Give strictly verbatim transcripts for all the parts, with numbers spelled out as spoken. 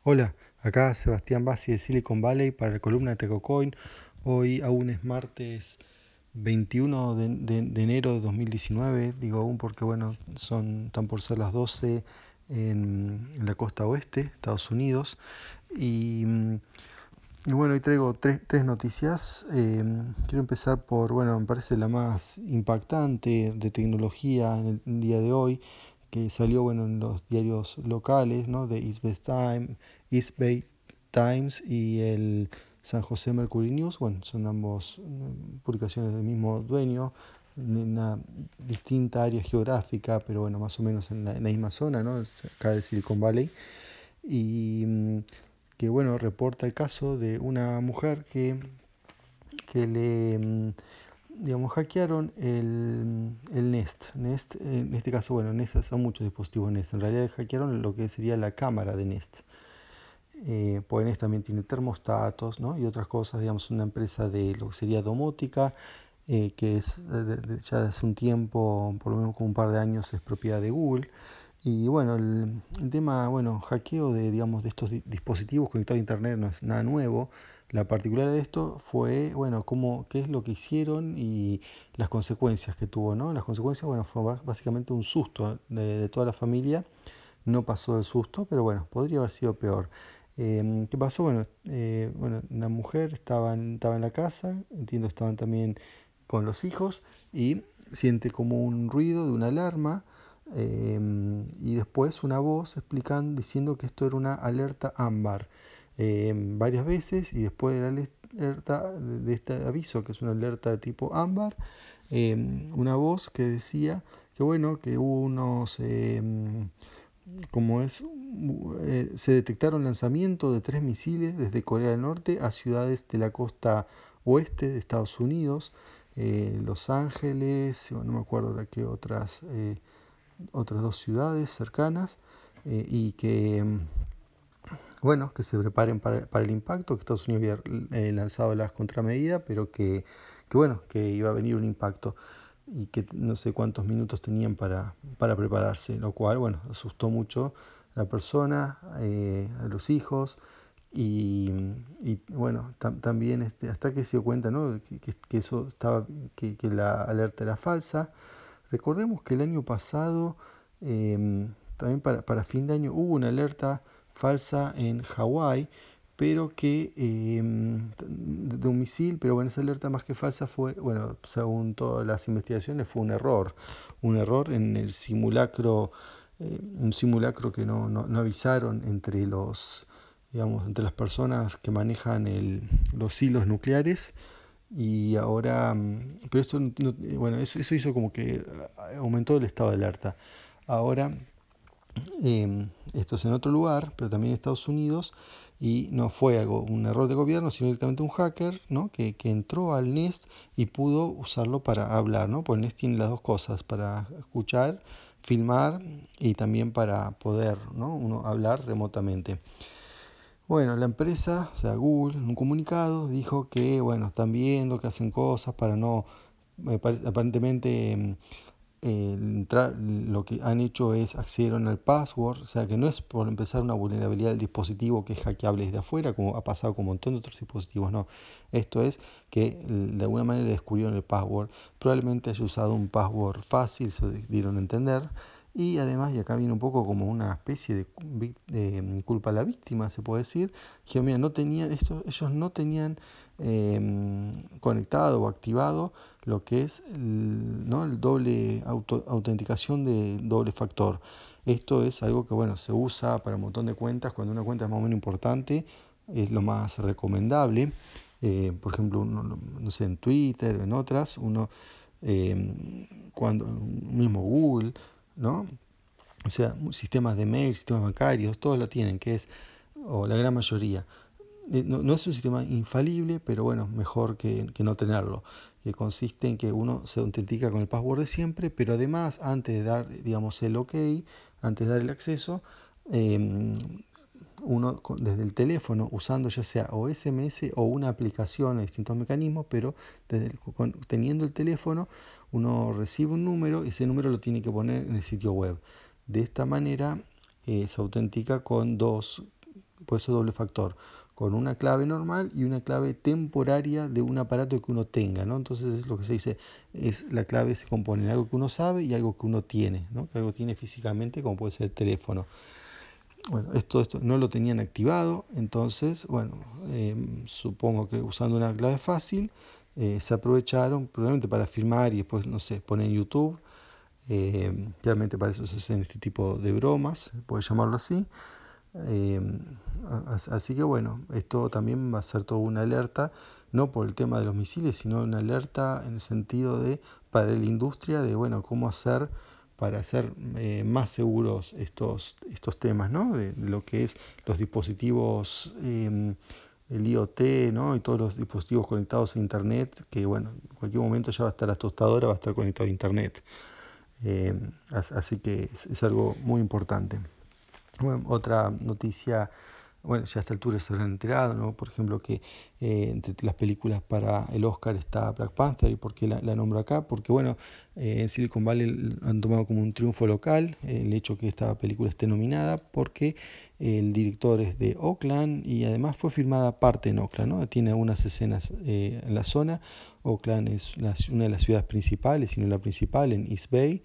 Hola, acá Sebastián Bassi de Silicon Valley para la columna de TecoCoin. Hoy aún es martes veintiuno de, de- de enero de dos mil diecinueve. Digo aún porque bueno, son, están por ser las doce en, en la costa oeste, Estados Unidos. Y, mm, y bueno, hoy traigo tres, tres noticias. Eh, quiero empezar por, bueno, me parece la más impactante de tecnología en el día de hoy, que salió, bueno, en los diarios locales, ¿no? De East Bay Times, East Bay Times y el San José Mercury News. Bueno, son ambos mm, publicaciones del mismo dueño, en una distinta área geográfica, pero bueno, más o menos en la, en la misma zona, ¿no? Es acá de Silicon Valley. Y mm, que bueno, reporta el caso de una mujer que, que le, mm, digamos, hackearon el, el Nest. Nest, en este caso, bueno, Nest son muchos dispositivos Nest. En realidad hackearon lo que sería la cámara de Nest. Eh, pues Nest también tiene termostatos, ¿no? Y otras cosas, digamos, una empresa de lo que sería domótica, eh, que es de- de- ya hace un tiempo, por lo menos como un par de años, es propiedad de Google. Y bueno, el, el tema, bueno, hackeo de, digamos, de estos di- dispositivos conectados a Internet no es nada nuevo. La particularidad de esto fue, bueno, cómo, qué es lo que hicieron y las consecuencias que tuvo, ¿no? Las consecuencias, bueno, fue bas- básicamente un susto de, de toda la familia. No pasó el susto, pero bueno, podría haber sido peor. Em, ¿qué pasó? Bueno, eh, bueno, una mujer estaba en, estaba en la casa, entiendo estaban también con los hijos, y siente como un ruido de una alarma, em, y después una voz explicando, diciendo que esto era una alerta ámbar, em, varias veces, y después de la alerta, de de este aviso, que es una alerta de tipo ámbar, em, una voz que decía que bueno, que hubo unos, em, como es, eh, se detectaron lanzamientos de tres misiles desde Corea del Norte a ciudades de la costa oeste de Estados Unidos, eh, Los Ángeles, no me acuerdo de qué otras, eh, otras dos ciudades cercanas, eh, y que, mm, bueno, que se preparen para, para el impacto, que Estados Unidos había eh, lanzado las contramedidas, pero que, que bueno, que iba a venir un impacto y que no sé cuántos minutos tenían para, para prepararse, lo cual, bueno, asustó mucho a la persona, eh, a los hijos, y, y, bueno, tam- también este, hasta que se dio cuenta, ¿no? que, que- que eso estaba, que, que la alerta era falsa. Recordemos que el año pasado, em, también para, para fin de año, hubo una alerta falsa en Hawái, pero que em, de un misil, pero bueno, esa alerta más que falsa fue, bueno, según todas las investigaciones, fue un error, un error en el simulacro, eh, un simulacro que no, no, no avisaron entre los, digamos, entre las personas que manejan el, los hilos nucleares. Y ahora, mm, pero esto, no- no- eh, bueno, eso, eso hizo como que ah, aumentó el estado de alerta. Ahora, em, esto es en otro lugar, pero también en Estados Unidos, y no fue algo, un error de gobierno, sino directamente un hacker, ¿no? que, que entró al Nest y pudo usarlo para hablar, ¿no? Porque el Nest tiene las dos cosas, para escuchar, filmar y también para poder, ¿no? uno hablar remotamente. Bueno, la empresa, o sea, Google, en un comunicado dijo que, bueno, están viendo que hacen cosas para no, me pare- aparentemente, mm, eh, entrar, lo que han hecho es accedieron al password, o sea, que no es por empezar una vulnerabilidad del dispositivo que es hackeable desde afuera, como ha pasado con un montón de otros dispositivos, no. Esto es que mm, de alguna manera descubrieron el password, probablemente haya usado un password fácil, se dieron a entender. Y además, y acá viene un poco como una especie de, vic- de, mm, culpa a la víctima, se puede decir, que mira, no tenían, esto, ellos no tenían em, conectado o activado lo que es el, ¿no? el doble auto, autenticación de doble factor. Esto es algo que bueno, se usa para un montón de cuentas. Cuando una cuenta es más o menos importante, es lo más recomendable. Eh, por ejemplo, uno, no sé, en Twitter, en otras, uno, eh, cuando mismo Google, ¿no? O sea, sistemas de mail, sistemas bancarios, todos lo tienen, que es, o la gran mayoría. Eh, no, no es un sistema infalible, pero bueno, mejor que, que no tenerlo. Que consiste en que uno se autentica con el password de siempre, pero además, antes de dar, digamos, el OK, antes de dar el acceso, eh, uno desde el teléfono, usando ya sea o S M S o una aplicación, distintos mecanismos, pero desde el- con- teniendo el teléfono, uno recibe un número y ese número lo tiene que poner en el sitio web. De esta manera, eh, se autentica con dos por eso doble factor, con una clave normal y una clave temporaria de un aparato que uno tenga, ¿no? Entonces es lo que se dice, es la clave se compone de algo que uno sabe y algo que uno tiene, ¿no? Que algo tiene físicamente, como puede ser el teléfono. Bueno, esto, esto no lo tenían activado, entonces, bueno, eh, supongo que usando una clave fácil, eh, se aprovecharon probablemente para filmar y después, no sé, poner en YouTube. Eh, realmente para eso se hacen este tipo de bromas, puede llamarlo así. Eh, Así que bueno, esto también va a ser toda una alerta, no por el tema de los misiles, sino una alerta en el sentido de, para la industria, de bueno, cómo hacer para hacer eh, más seguros estos, estos temas, ¿no? De, de lo que es los dispositivos, eh, el IoT, ¿no? Y todos los dispositivos conectados a Internet, que bueno, en cualquier momento ya va a estar la tostadora, va a estar conectado a Internet. Eh, Así que es, es algo muy importante. Bueno, otra noticia, bueno, ya a esta altura se habrán enterado, ¿no? Por ejemplo, que eh, entre las películas para el Oscar está Black Panther. ¿Y por qué la, la nombro acá? Porque, bueno, eh, en Silicon Valley han tomado como un triunfo local eh, el hecho que esta película esté nominada, porque el director es de Oakland y además fue filmada parte en Oakland, ¿no? Tiene algunas escenas eh, en la zona. Oakland es la, una de las ciudades principales, si no la principal, en East Bay.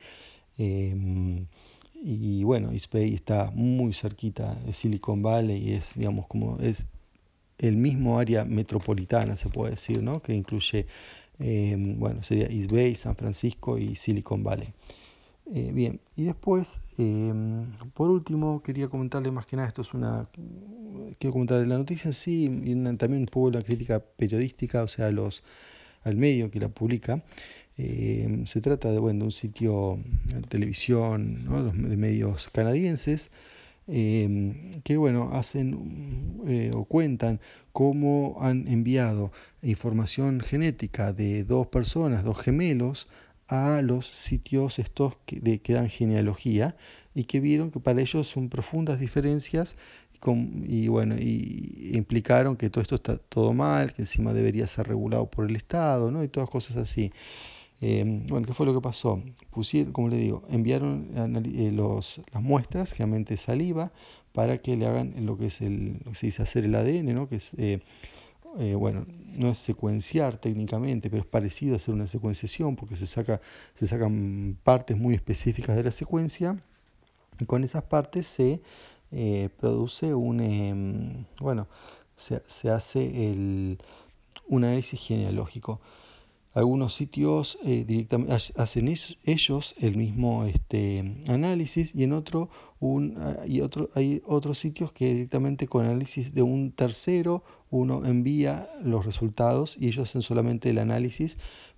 Eh, y bueno, East Bay está muy cerquita de Silicon Valley y es, digamos, como es el mismo área metropolitana, se puede decir, ¿no? Que incluye, eh, bueno, sería East Bay, San Francisco y Silicon Valley. Eh, bien, y después, eh, por último, quería comentarle más que nada, esto es una, quiero comentarle la noticia en sí y una, también un poco la crítica periodística, o sea, los, al medio que la publica. Eh, se trata de, bueno, de un sitio de televisión, ¿no? De medios canadienses, eh, que bueno, hacen eh, o cuentan cómo han enviado información genética de dos personas, dos gemelos, a los sitios estos que, de, que dan genealogía y que vieron que para ellos son profundas diferencias con, y bueno, y implicaron que todo esto está todo mal, que encima debería ser regulado por el Estado, ¿no? Y todas cosas así. Eh, bueno, ¿qué fue lo que pasó? Pusieron, como le digo, enviaron eh, los, las muestras, generalmente saliva, para que le hagan lo que es el, lo que se dice hacer el A D N, ¿no? Que es, eh, eh, bueno, no es secuenciar técnicamente, pero es parecido a hacer una secuenciación, porque se saca, se sacan partes muy específicas de la secuencia, y con esas partes se eh, produce un, eh, bueno, se, se hace el, un análisis genealógico. Algunos sitios eh, directamente hacen ellos el mismo este, análisis y en otro un, y otro, hay otros sitios que directamente con análisis de un tercero uno envía los resultados y ellos hacen solamente el análisis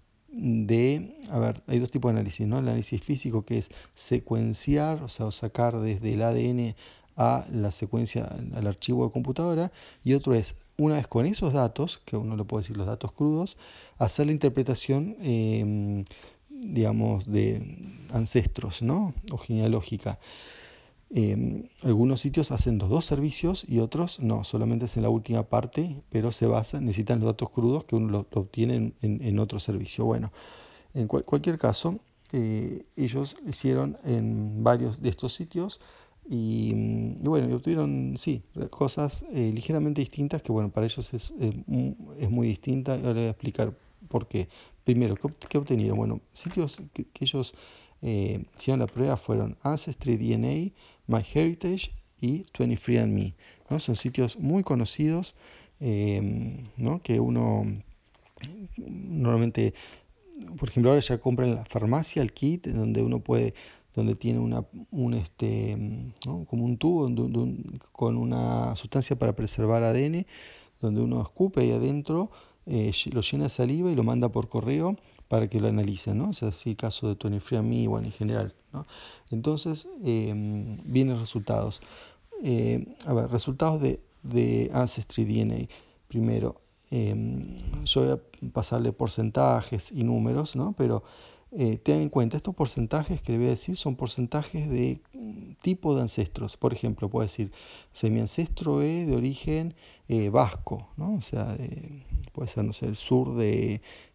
de, a ver, hay dos tipos de análisis, ¿no? El análisis físico, que es secuenciar, o sea, sacar desde el A D N a la secuencia, al archivo de computadora, y otro es, una vez con esos datos, que uno le puede decir los datos crudos, hacer la interpretación, eh, digamos, de ancestros, ¿no? O genealógica. Eh, algunos sitios hacen los dos servicios y otros no, solamente hacen la última parte, pero se basan, necesitan los datos crudos que uno lo, lo obtiene en, en otro servicio. Bueno, en cual, cualquier caso, eh, ellos hicieron en varios de estos sitios y, y bueno, y obtuvieron, sí, cosas eh, ligeramente distintas que, bueno, para ellos es, eh, es muy distinta. Ahora voy a explicar por qué. Primero, ¿qué, qué obtenieron? Bueno, sitios que, que ellos eh, hicieron la prueba fueron Ancestry D N A, MyHeritage y veintitrés and me, ¿no? Son sitios muy conocidos, eh, ¿no? Que uno normalmente, por ejemplo, ahora ya compra en la farmacia el kit donde uno puede, donde tiene una, un este, ¿no? Como un tubo donde, donde, con una sustancia para preservar A D N, donde uno escupe ahí adentro, eh, lo llena de saliva y lo manda por correo para que lo analicen, ¿no? O sea, así el caso de veintitrés and me, bueno, en general, ¿no? Entonces, eh, vienen resultados. Eh, a ver, resultados de, de Ancestry D N A. Primero, eh, yo voy a pasarle porcentajes y números, ¿no? Pero eh, ten en cuenta, estos porcentajes que le voy a decir son porcentajes de tipo de ancestros. Por ejemplo, puedo decir, o sea, mi ancestro es de origen eh, vasco, ¿no? O sea, eh, puede ser, no sé, el sur de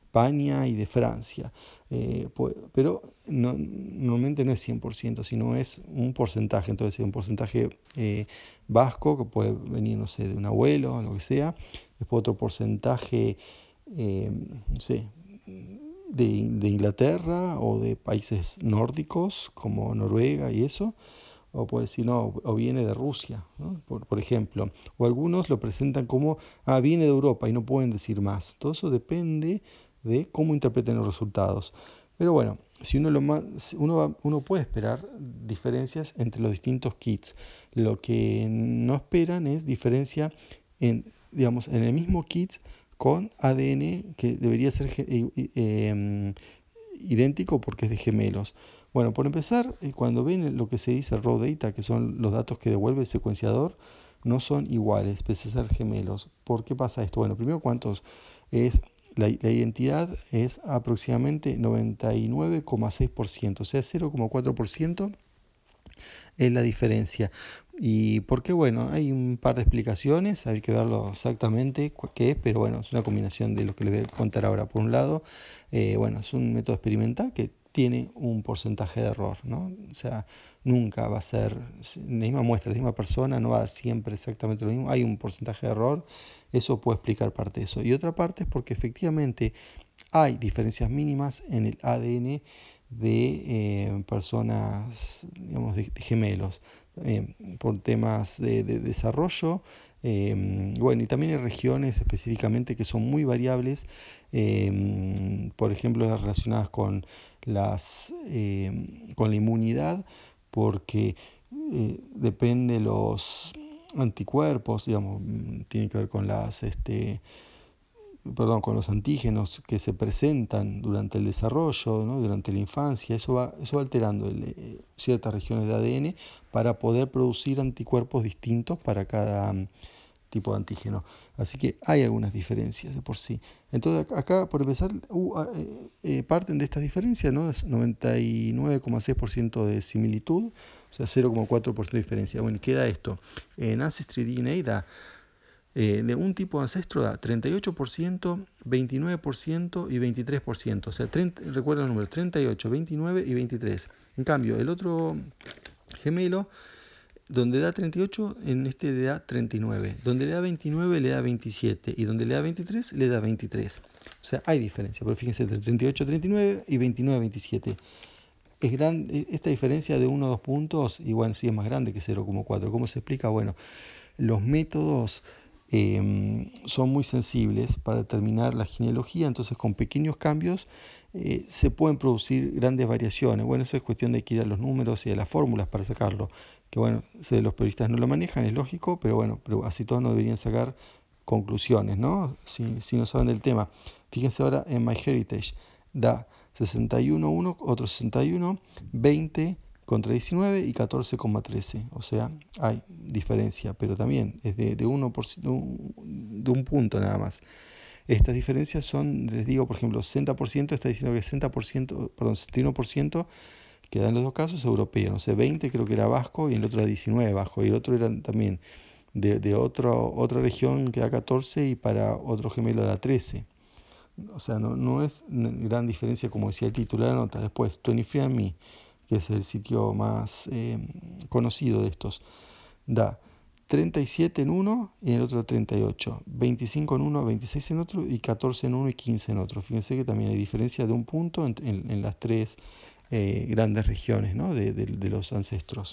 España y de Francia. Eh, pues, pero no, normalmente no es cien por ciento, sino es un porcentaje. Entonces, un porcentaje eh, vasco, que puede venir, no sé, de un abuelo o lo que sea. Después otro porcentaje, eh, no sé, de, de Inglaterra o de países nórdicos como Noruega y eso, o puede decir, no, o viene de Rusia, ¿no? por, por ejemplo, o algunos lo presentan como, ah, viene de Europa y no pueden decir más. Todo eso depende de cómo interpreten los resultados. Pero bueno, si uno, lo ma- si uno, va- uno puede esperar diferencias entre los distintos kits. Lo que no esperan es diferencia en, digamos, en el mismo kit con A D N que debería ser ge- i- i- em, idéntico porque es de gemelos. Bueno, por empezar, eh, cuando ven lo que se dice raw data, que son los datos que devuelve el secuenciador, no son iguales, pese a ser gemelos. ¿Por qué pasa esto? Bueno, primero, ¿cuántos? Es la, la identidad es aproximadamente noventa y nueve coma seis por ciento, o sea, cero coma cuatro por ciento es la diferencia. ¿Y por qué? Bueno, hay un par de explicaciones, hay que verlo exactamente cu- qué es, pero bueno, es una combinación de lo que les voy a contar ahora. Por un lado, eh, bueno, es un método experimental que tiene un porcentaje de error, ¿no? O sea, nunca va a ser la misma muestra, la misma persona, no va a dar siempre exactamente lo mismo, hay un porcentaje de error, eso puede explicar parte de eso. Y otra parte es porque efectivamente hay diferencias mínimas en el A D N de eh, personas, digamos, de, de gemelos, eh, por temas de, de desarrollo. Eh, bueno, y también hay regiones específicamente que son muy variables, eh, por ejemplo, las relacionadas con, las, eh, con la inmunidad, porque eh, depende los anticuerpos, digamos, tiene que ver con las... Este, perdón, con los antígenos que se presentan durante el desarrollo, ¿no? Durante la infancia, eso va, eso va alterando el, eh, ciertas regiones de A D N para poder producir anticuerpos distintos para cada um, tipo de antígeno. Así que hay algunas diferencias de por sí. Entonces acá, por empezar, uh, eh, eh, parten de estas diferencias, ¿no? Es noventa y nueve coma seis por ciento de similitud, o sea, cero coma cuatro por ciento de diferencia. Bueno, queda esto. En Ancestry D N A da eh, de un tipo de ancestro da treinta y ocho por ciento, veintinueve por ciento y veintitrés por ciento. O sea, treinta, recuerda los números, treinta y ocho, veintinueve y veintitrés. En cambio, el otro gemelo, donde da treinta y ocho, en este le da treinta y nueve. Donde le da veintinueve, le da veintisiete. Y donde le da veintitrés, le da veintitrés. O sea, hay diferencia. Pero fíjense, entre treinta y ocho, treinta y nueve y veintinueve, veintisiete. Es gran, esta diferencia de uno o dos puntos, igual sí es más grande que cero coma cuatro. ¿Cómo se explica? Bueno, los métodos eh, son muy sensibles para determinar la genealogía, entonces con pequeños cambios eh, se pueden producir grandes variaciones. Bueno, eso es cuestión de que ir a los números y a las fórmulas para sacarlo, que bueno, si los periodistas no lo manejan, es lógico, pero bueno, pero así todos no deberían sacar conclusiones, ¿no? Si, si no saben del tema. Fíjense ahora en MyHeritage, da sesenta y uno coma uno, otro sesenta y uno, veinte contra diecinueve y catorce coma trece. O sea, hay diferencia, pero también es de, de, uno por ciento, de un punto nada más. Estas diferencias son, les digo, por ejemplo, sesenta por ciento está diciendo que sesenta por ciento, perdón, sesenta y uno por ciento que da en los dos casos europeo. No sé, veinte creo que era vasco y el otro era diecinueve vasco. Y el otro era también de, de otro, otra región que da catorce y para otro gemelo da trece. O sea, no, no es gran diferencia como decía el título de la nota. Después, veintitrés and me, que es el sitio más eh, conocido de estos, da treinta y siete en uno y en el otro treinta y ocho, veinticinco en uno, veintiséis en otro y catorce en uno y quince en otro. Fíjense que también hay diferencia de un punto en, en, en las tres eh, grandes regiones, ¿no? de, de, de los ancestros.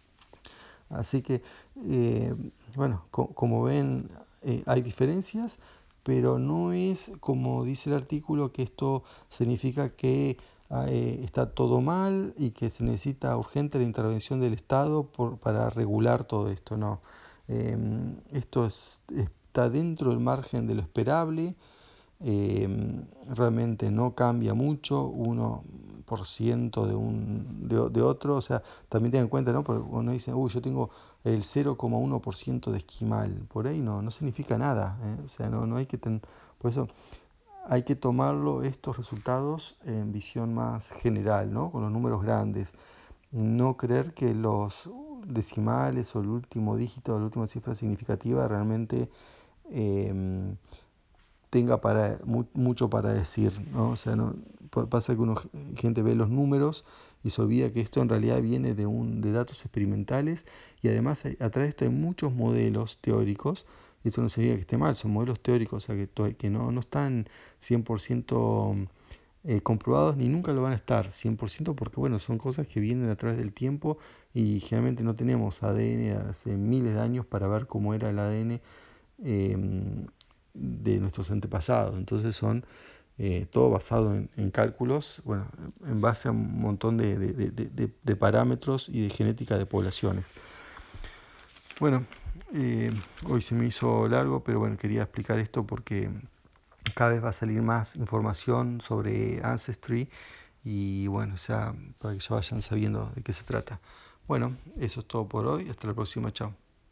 Así que, eh, bueno, co como ven, eh, hay diferencias, pero no es como dice el artículo que esto significa que eh, está todo mal y que se necesita urgente la intervención del Estado por, para regular todo esto. No, eh, esto es, está dentro del margen de lo esperable. Eh, realmente no cambia mucho uno por ciento de un de, de otro, o sea, también tengan en cuenta, ¿no? Porque uno dice, uy, yo tengo el cero coma uno por ciento de esquimal, por ahí no, no significa nada, ¿eh? O sea, no, no hay que tener, por eso hay que tomarlo estos resultados en visión más general, ¿no? Con los números grandes, no creer que los decimales o el último dígito o la última cifra significativa realmente eh, tenga para mu- mucho para decir, ¿no? O sea, no, pa- pasa que uno, gente ve los números y se olvida que esto en realidad viene de, un, de datos experimentales y además hay- atrás de esto hay muchos modelos teóricos y eso no significa que esté mal, son modelos teóricos, o sea, que, to- que no, no están cien por ciento eh, comprobados ni nunca lo van a estar cien por ciento porque bueno, son cosas que vienen a través del tiempo y generalmente no tenemos A D N hace miles de años para ver cómo era el A D N eh, de nuestros antepasados. Entonces son eh, todo basado en, en cálculos, bueno, en base a un montón de, de- de- de- de parámetros y de genética de poblaciones. Bueno, eh, hoy se me hizo largo, pero bueno, quería explicar esto porque cada vez va a salir más información sobre Ancestry y bueno, ya para que ya vayan sabiendo de qué se trata. Bueno, eso es todo por hoy. Hasta la próxima. Chao.